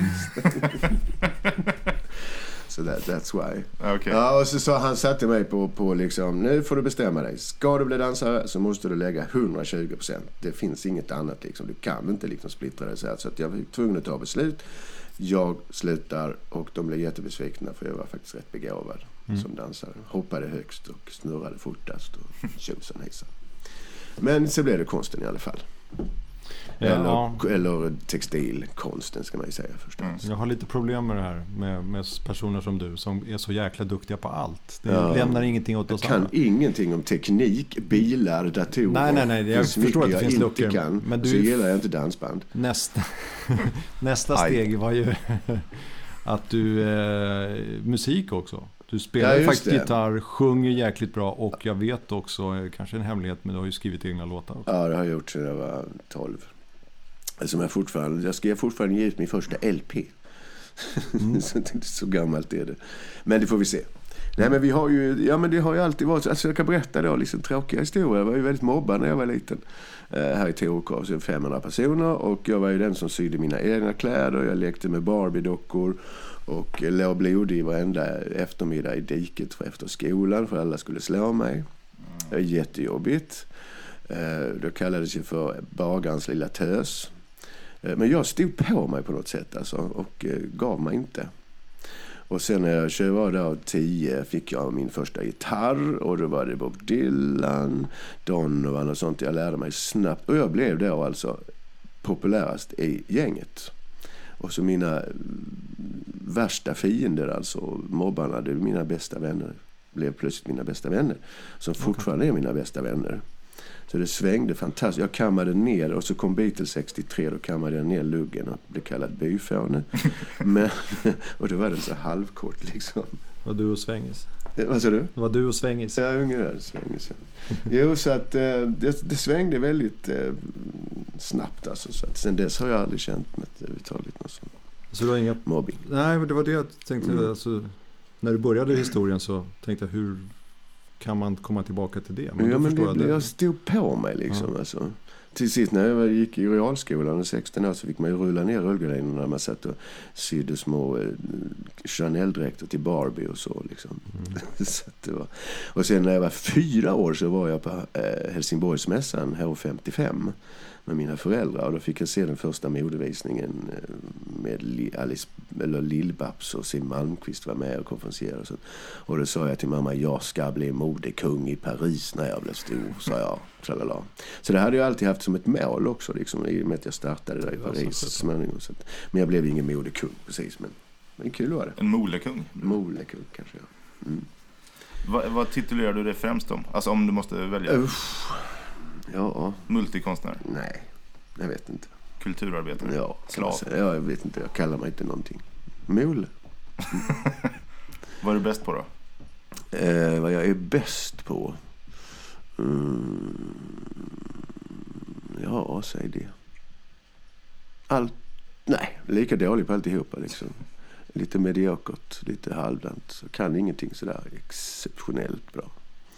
So that, that's why. Okay. Ja, och så sa han, satte mig på, på liksom, nu får du bestämma dig. Ska du bli dansare så måste du lägga hundratjugo procent. Det finns inget annat liksom. Du kan inte liksom splittra det så här. Så att jag var tvungen att ta beslut. Jag slutar och de blev jättebesvikna, för jag var faktiskt rätt begåvad mm. som dansare. Hoppade högst och snurrade fortast och tjosan hejsan. Men så blev det konsten i alla fall. Ja. Eller, eller textilkonsten ska man ju säga förstås. Mm. Jag har lite problem med det här med, med personer som du som är så jäkla duktiga på allt. Det ja. lämnar ingenting åt oss andra. Jag kan andra. ingenting om teknik, bilar, datorer. Nej, nej, nej. Jag förstår att det finns luckor. Kan, men du, så gillar jag inte dansband. Nästa, nästa steg var ju att du eh, musik också. Du spelar ja, faktiskt det. gitarr, sjunger jäkligt bra, och jag vet också, kanske en hemlighet, men du har ju skrivit egna låtar också. Ja, det har jag gjort sedan jag var tolv. Som jag fortfarande, jag skrev fortfarande ge ut min första L P. Mm. så, så gammalt är det. Men det får vi se. Nej, men vi har ju, ja men det har ju alltid varit, alltså jag kan berätta då liksom tråkiga historier. Jag var ju väldigt mobbad när jag var liten. Eh, här i Torekov, så femhundra personer, och jag var ju den som sydde mina egna kläder. Jag lekte med Barbie-dockor och låg blodig varenda eftermiddag i diket för efter skolan, för alla skulle slå mig. Det var jättejobbigt. Eh, då kallades jag för bagarens lilla tös. Men jag stod på mig på något sätt alltså, och eh, gav mig inte. Och sen när jag var där tio fick jag min första gitarr. Och då var det Bob Dylan, Donovan och sånt. Jag lärde mig snabbt. Och jag blev då alltså populärast i gänget. Och så mina värsta fiender, alltså mobbarna, det är mina bästa vänner. Blev plötsligt mina bästa vänner. Som fortfarande är mina bästa vänner. Så det svängde fantastiskt. Jag kammade ner, och så kom Beatles sextiotre, då kammade jag ner luggen och blev kallad byfåne. Men, och då var det så halvkort liksom. Var du och Svängis? Vad sa du? Var du och Svängis? Ja, ungefär Svängis. Jo, så att eh, det, det svängde väldigt eh, snabbt alltså. Så att sen dess har jag aldrig känt mig överhuvudtaget något sånt. Så du har inga mobbing? Nej, men det var det jag tänkte. Mm. Alltså, när du började historien så tänkte jag, hur kan man komma tillbaka till det? Men ja, men det, jag, det. jag stod på mig liksom. Ja. Alltså. Till sist när jag gick i realskolan och sexton år så fick man ju rulla ner rullgardinerna när man satt och sydde små eh, Chanel-dräkter till Barbie och så liksom. Mm. Så det var. Och sen när jag var fyra år så var jag på eh, Helsingborgsmässan H femtiofem med mina föräldrar, och då fick jag se den första modevisningen med Alice, eller Lill-Babs, och Siw Malmkvist var med och konferenserade och så. Och då sa jag till mamma, jag ska bli modekung i Paris när jag blir stor, sa jag. Tralala. Så det hade jag alltid haft som ett mål också liksom, i och med att jag startade där i Paris så så att, men jag blev ingen modekung precis, men, men kul var det. En molekung? Molekung kanske, ja. Mm. Va, vad titulerar du det främst om? Alltså om du måste välja? Uff. Ja. Multikonstnär? Nej, jag vet inte. Kulturarbetare? Ja, slav? Ja, jag vet inte. Jag kallar mig inte någonting. Mol. Vad är du bäst på då? Eh, vad jag är bäst på? Mm. Ja, säg det. Allt. Nej, lika dålig på alltihopa liksom. Lite mediokert, lite halvdant. Så kan ingenting sådär exceptionellt bra.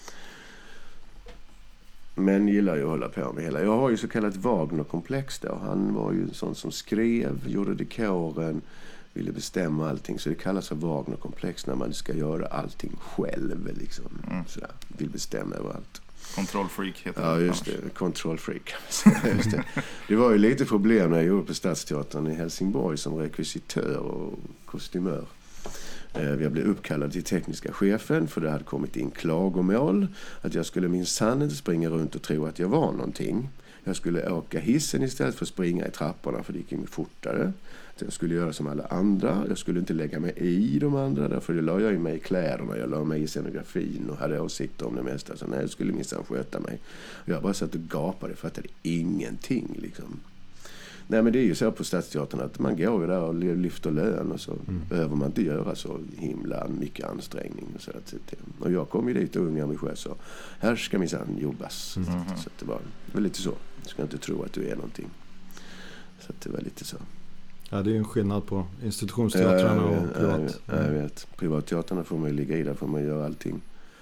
Men gillar ju att hålla på med hela. Jag har ju så kallat Wagner-komplex då. Han var ju en sån som skrev, gjorde dekoren, ville bestämma allting. Så det kallas för Wagner-komplex när man ska göra allting själv liksom. Mm. Sådär. Vill bestämma över allt. Kontrollfreak heter det. Ja, just det. Kontrollfreak. Just det. Det var ju lite problem när jag gjorde på Stadsteatern i Helsingborg som rekvisitör och kostymör. Jag blev uppkallad till tekniska chefen för det hade kommit in klagomål att jag skulle minsann inte springa runt och tro att jag var någonting. Jag skulle åka hissen istället för att springa i trapporna, för det gick mycket fortare. Jag skulle göra som alla andra. Jag skulle inte lägga mig i de andra, därför la jag mig i kläderna. Jag la mig i scenografin och hade åsikter om det mesta. Så nej, jag skulle minsann sköta mig. Jag bara satt och gapade, fattade ingenting liksom. Nej, men det är ju så på Stadsteatern att man går ju där och lyfter lön och så mm. behöver man inte göra så himla mycket ansträngning. Och, så att, och jag kom ju dit och unga ambitiös så här ska minsann jobbas. Mm. Så att det var, det var lite så. Du ska inte tro att du är någonting. Så att det var lite så. Ja, det är ju en skillnad på institutionsteatrarna och ja, privat. Ja, jag vet. Privatteatrarna får man ju ligga i, där får man göra allting.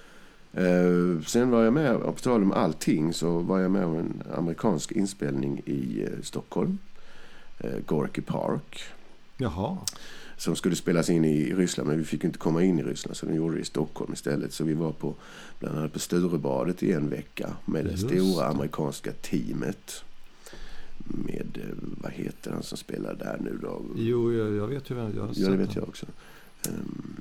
Uh, sen var jag med, och på tal om allting, så var jag med om en amerikansk inspelning i uh, Stockholm. Uh, Gorky Park. Jaha. Som skulle spelas in i Ryssland, men vi fick inte komma in i Ryssland, så den gjorde det i Stockholm istället. Så vi var på, bland annat på Sturebadet i en vecka med det stora amerikanska teamet. Med, vad heter han som spelar där nu då? Jo, jag, jag vet ju vem jag har sett. Ja, det vet jag också. Um,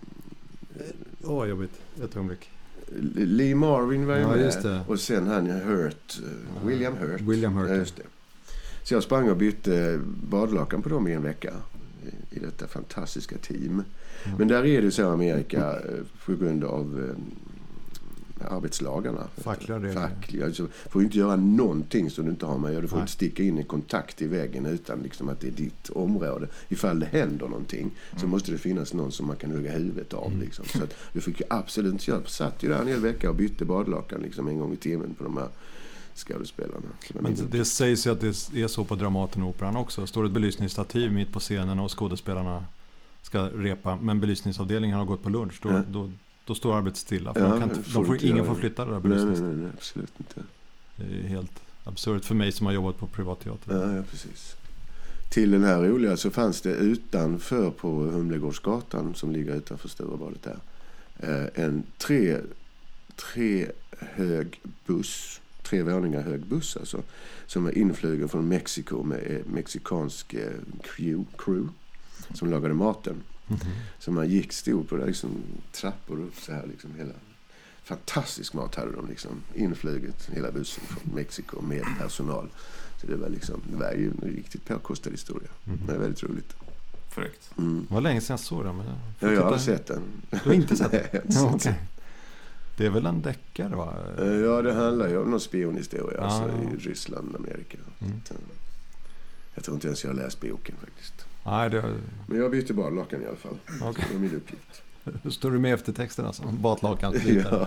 Åh, oh, jag vet. Ett ögonblick. Lee Marvin var ju ja, med. Just det. Och sen han Hurt, uh, William Hurt. William Hurt. Ja, just det. Så jag sprang och bytte badlakan på dem i en vecka. I, i detta fantastiska team. Mm. Men där är det så i Amerika på grund av um, arbetslagarna. Fackliga regler. Fackliga. Alltså, får ju inte göra någonting som du inte har med. Du får Nej. inte sticka in en kontakt i väggen utan liksom att det är ditt område. Ifall det händer någonting mm. så måste det finnas någon som man kan hugga huvudet av. Mm. Liksom. Så att du fick ju absolut inte göra. Jag satt ju där en hel vecka och bytte badlakan liksom, en gång i timmen på de här skådespelarna. Men det, det sägs ju att det är så på Dramaten och Operan också. Står ett belysningsstativ mitt på scenen och skådespelarna ska repa, men belysningsavdelningen har gått på lunch. Då, ja. då Då står arbetet stilla. För ja, de kan, de får, ingen får flytta det där belysningen. Nej, nej, nej, absolut inte. Det är helt absurt för mig som har jobbat på privatteater. Ja, ja, precis. Till den här roliga så fanns det utanför på Humlegårdsgatan som ligger utanför Sturebadet där. En tre, tre hög buss, tre våningar hög buss alltså, som är inflygen från Mexiko med mexikansk crew, crew som lagade maten. Mm-hmm. Så man gick, stod på det liksom, trappor upp så här liksom hela. Fantastisk mat hade de liksom. Inflyget, hela bussen från Mexiko med personal. Så det var liksom, det var ju en riktigt påkostad historia. Mm. Det är väldigt roligt. Fräckt. Mm. Det var länge sedan jag såg den. Men jag, ja, jag har sett den. Du har inte sett den? Nej, jag har inte sett okay. Det är väl en deckare, va? Ja, det handlar ju om någon spionhistoria ah, alltså, ja. i Ryssland, Amerika. Mm. Jag tror inte ens jag har läst boken faktiskt. Nej, det... Men jag bytte bara lakan i alla fall. Okay. Det var min uppgift. Hur står du med efter texten alltså? Badlakan. Ja.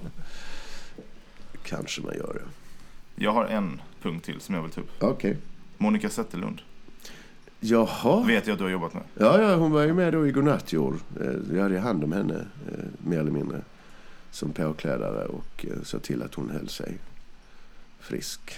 Kanske man gör det. Jag har en punkt till som jag vill ta upp. Okej. Okay. Monica Zetterlund. Jaha. Vet jag att du har jobbat med. Ja, ja, hon var ju med då i Godnattjord. Jag hade hand om henne, mer eller mindre, som påklädare och så till att hon höll sig frisk.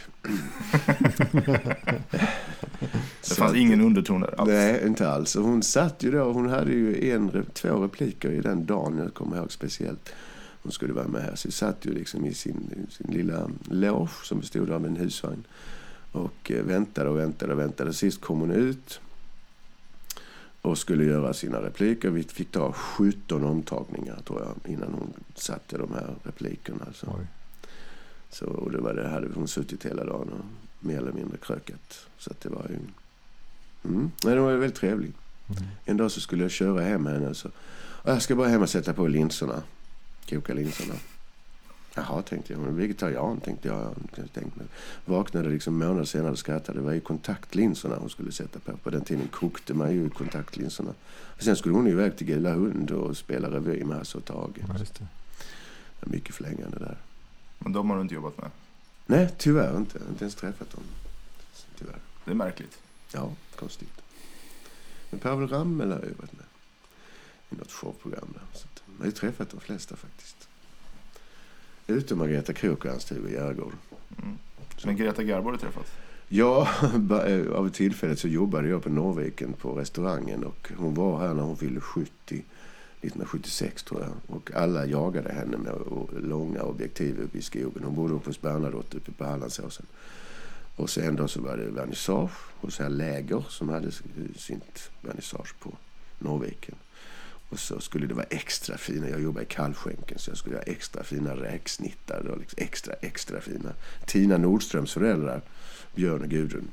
Det fanns att, ingen underton där alls. Nej, inte alls. Hon satt ju då, hon hade ju en, två repliker i den dagen, jag kommer ihåg speciellt. Hon skulle vara med här. Så satt ju liksom i sin, sin lilla loge som bestod av en husvagn. Och väntade och väntade och väntade. Sist kom hon ut och skulle göra sina repliker. Vi fick ta sjutton omtagningar, tror jag, innan hon satte de här replikerna. Alltså. Så och det var det, hade hon suttit hela dagen och mer eller mindre krökat. Så att det var ju... Mm. Nej, det var ju väldigt trevligt. Mm. En dag så skulle jag köra hem henne. Så, och jag ska bara hem och sätta på linserna. Koka linserna. Jaha, tänkte jag. Men vegetarian, tänkte jag. jag tänkte, vaknade liksom månader senare och skrattade. Det var ju kontaktlinserna hon skulle sätta på. På den tiden kokte man ju kontaktlinserna. Och sen skulle hon iväg till Gula Hund och spela revy med Hasse och Tage. Ja, just det. Det var mycket förlängande där. Men de har du inte jobbat med? Nej, tyvärr inte. Jag har inte ens träffat dem. Tyvärr. Det är märkligt. Ja, konstigt. Men Pavel Ramel har jag jobbat med. I något showprogram där. Så att, jag har ju träffat de flesta faktiskt. Utom Margareta Krok och Hans-Tuve Järgård. Mm. Men Greta Garbo har du träffat? Ja, av ett tillfälle så jobbade jag på Norrviken på restaurangen. Och hon var här när hon fyllde sjuttio. nittonhundrasjuttiosex tror jag. Och alla jagade henne med långa objektiv uppe i skogen. Hon bodde uppe hos Bernadotte uppe på Hallandsåsen. Och sen då så var det vernissage hos här Läger som hade sitt vernissage på Norrviken. Och så skulle det vara extra fina. Jag jobbar i kallskänken så jag skulle ha extra fina räksnittar. Då, liksom extra, extra fina. Tina Nordströms föräldrar, Björn och Gudrun.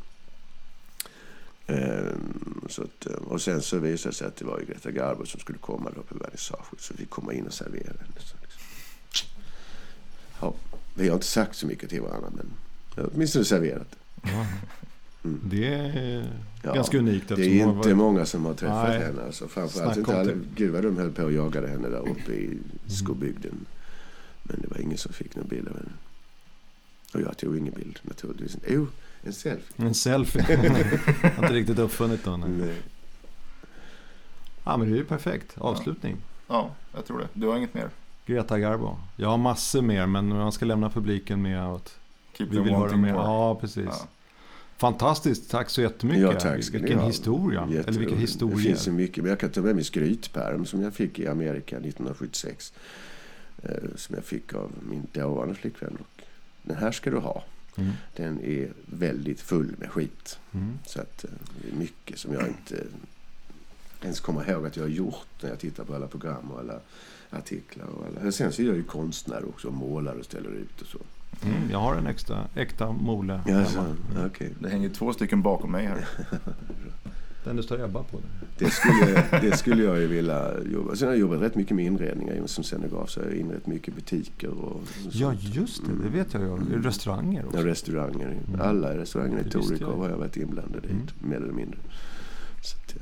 Ehm, så att, och sen så visade det sig att det var ju Greta Garbo som skulle komma då på vernissage. Så vi kom in och serverade henne. Så liksom. Ja, vi har inte sagt så mycket till varandra men jag har åtminstone serverat det. Mm. Det är ja, ganska unikt. Det är inte var... många som har träffat Nej. henne. Alltså, framförallt inte alla. Gud vad de höll på och jagade henne där uppe i skobygden. Mm. Men det var ingen som fick någon bild av henne. Och jag tog ingen bild naturligtvis. Jo, en selfie. En selfie. Jag har inte riktigt uppfunnit den. Nej. Ja, men det är ju perfekt. Avslutning. Ja. ja, jag tror det. Du har inget mer? Greta Garbo. Jag har massor mer, men man ska lämna publiken med att Keep vi vill höra mer. More. Ja, precis. Ja. Fantastiskt, tack så jättemycket. Ja, tack. Vilken historia. Eller vilka historier. Det finns så mycket, men jag kan ta med min skrytpärm som jag fick i Amerika nittonhundrasjuttiosex. Eh, som jag fick av min dåvarande flickvän. Och den här ska du ha. Mm. Den är väldigt full med skit. Mm. Så att eh, det är mycket som jag inte ens kommer ihåg att jag har gjort när jag tittar på alla program och alla artiklar. Och alla. Sen så är jag ju konstnär också, målar och ställer ut och så. Mm, jag har en extra, äkta mole. Ja, så, okay. Det hänger två stycken bakom mig här. Den du står Ebba på. Det skulle, det skulle jag ju vilja jobba. Sen har jag jobbat rätt mycket med inredningar som scenograf. Så jag har inrett mycket butiker. Och, och ja, just det. Det vet jag ju. Mm. Restauranger också. Ja, restauranger. Mm. Alla restauranger i Torikov har jag varit inblandad i. Mm. Mer eller mindre. Så att,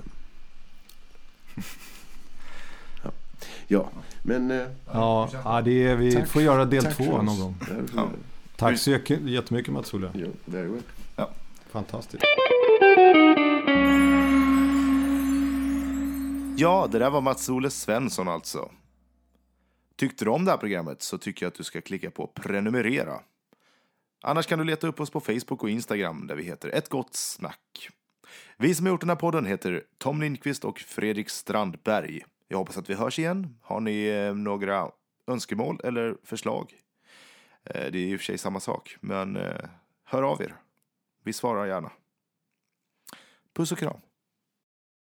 ja. ja, men... Ja, ja det är, vi tack. får göra del tack två någon gång. Ja. Tack så jättemycket, Mats Olle. Ja, very well. Ja. Fantastiskt. Ja, det där var Mats Olle Svensson alltså. Tyckte du om det här programmet så tycker jag att du ska klicka på prenumerera. Annars kan du leta upp oss på Facebook och Instagram där vi heter Ett Gott Snack. Vi som har gjort den här podden heter Tom Lindqvist och Fredrik Strandberg. Jag hoppas att vi hörs igen. Har ni eh, några önskemål eller förslag? Eh, det är i och för sig samma sak, men eh, hör av er. Vi svarar gärna. Puss och kram.